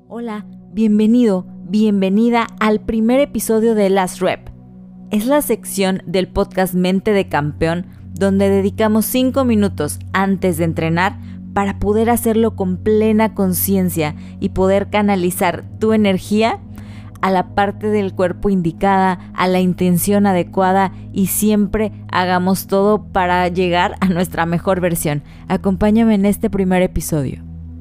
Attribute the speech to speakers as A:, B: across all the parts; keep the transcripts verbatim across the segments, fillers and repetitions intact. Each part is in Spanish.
A: Hola, bienvenido, bienvenida al primer episodio de Last Rep. Es la sección del podcast Mente de Campeón donde dedicamos cinco minutos antes de entrenar para poder hacerlo con plena conciencia y poder canalizar tu energía a la parte del cuerpo indicada, a la intención adecuada y siempre hagamos todo para llegar a nuestra mejor versión. Acompáñame en este primer episodio.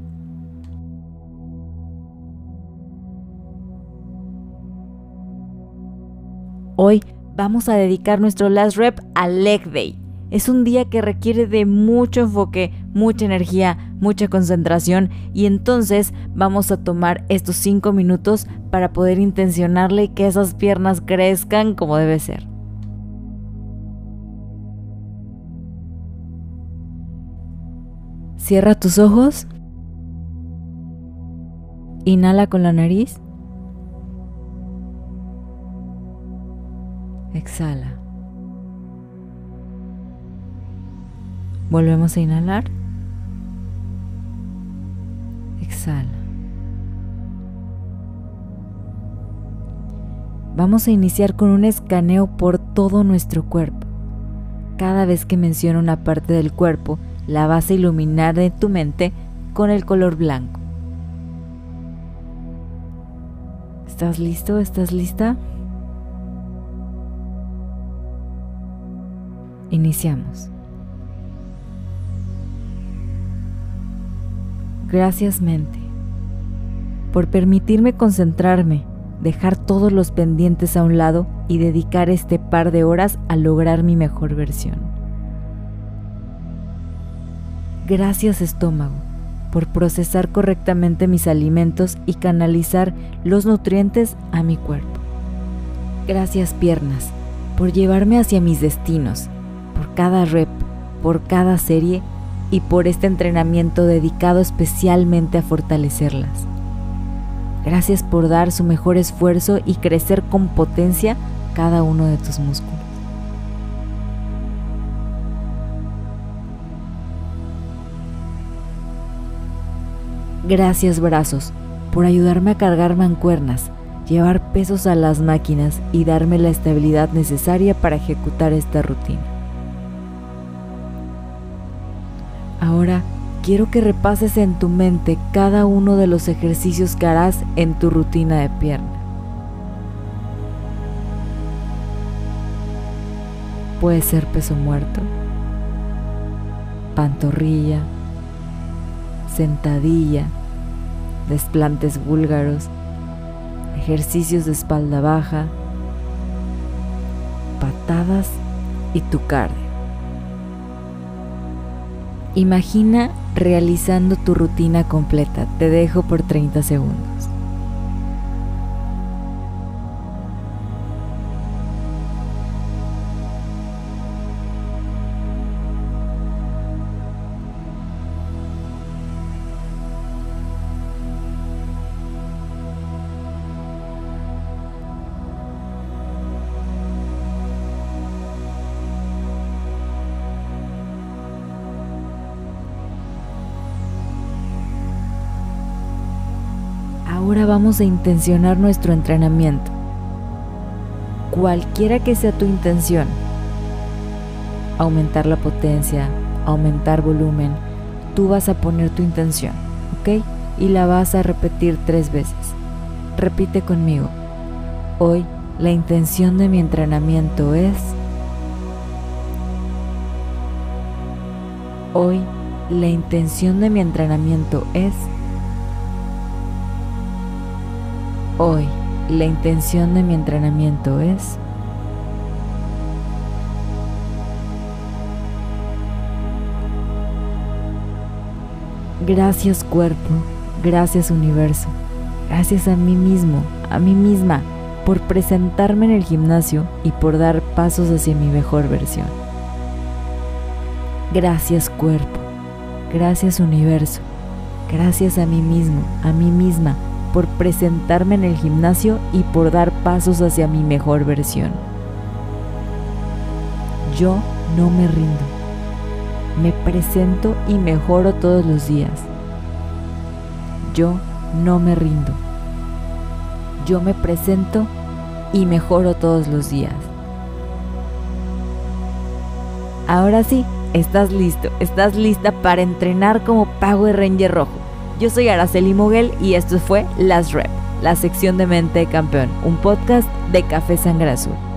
A: Hoy vamos a dedicar nuestro Last Rep al Leg Day. Es un día que requiere de mucho enfoque, mucha energía, mucha concentración y entonces vamos a tomar estos cinco minutos para poder intencionarle que esas piernas crezcan como debe ser. Cierra tus ojos. Inhala con la nariz. Exhala. Volvemos a inhalar. Exhala. Vamos a iniciar con un escaneo por todo nuestro cuerpo. Cada vez que menciono una parte del cuerpo, la vas a iluminar en tu mente con el color blanco. ¿Estás listo? ¿Estás lista? Iniciamos. Gracias, mente, por permitirme concentrarme, dejar todos los pendientes a un lado y dedicar este par de horas a lograr mi mejor versión. Gracias, estómago, por procesar correctamente mis alimentos y canalizar los nutrientes a mi cuerpo. Gracias, piernas, por llevarme hacia mis destinos, por cada rep, por cada serie y por este entrenamiento dedicado especialmente a fortalecerlas. Gracias por dar su mejor esfuerzo y crecer con potencia cada uno de tus músculos. Gracias, brazos, por ayudarme a cargar mancuernas, llevar pesos a las máquinas y darme la estabilidad necesaria para ejecutar esta rutina. Ahora quiero que repases en tu mente cada uno de los ejercicios que harás en tu rutina de pierna. Puede ser peso muerto, pantorrilla, sentadilla, desplantes búlgaros, ejercicios de espalda baja, patadas y tu cardio. Imagina realizando tu rutina completa. Te dejo por treinta segundos. Ahora vamos a intencionar nuestro entrenamiento. Cualquiera que sea tu intención, aumentar la potencia, aumentar volumen, tú vas a poner tu intención, ¿ok? Y la vas a repetir tres veces. Repite conmigo. Hoy la intención de mi entrenamiento es... Hoy la intención de mi entrenamiento es... Hoy, la intención de mi entrenamiento es... Gracias, cuerpo, gracias, universo, gracias a mí mismo, a mí misma, por presentarme en el gimnasio y por dar pasos hacia mi mejor versión. Gracias, cuerpo, gracias, universo, gracias a mí mismo, a mí misma, por presentarme en el gimnasio y por dar pasos hacia mi mejor versión. Yo no me rindo. Me presento y mejoro todos los días. Yo no me rindo. Yo me presento y mejoro todos los días. Ahora sí, estás listo, estás lista para entrenar como Power Ranger rojo. Yo soy Araceli Moguel y esto fue Last Rep, la sección de Mente de Campeón, un podcast de Café Sangre Azul.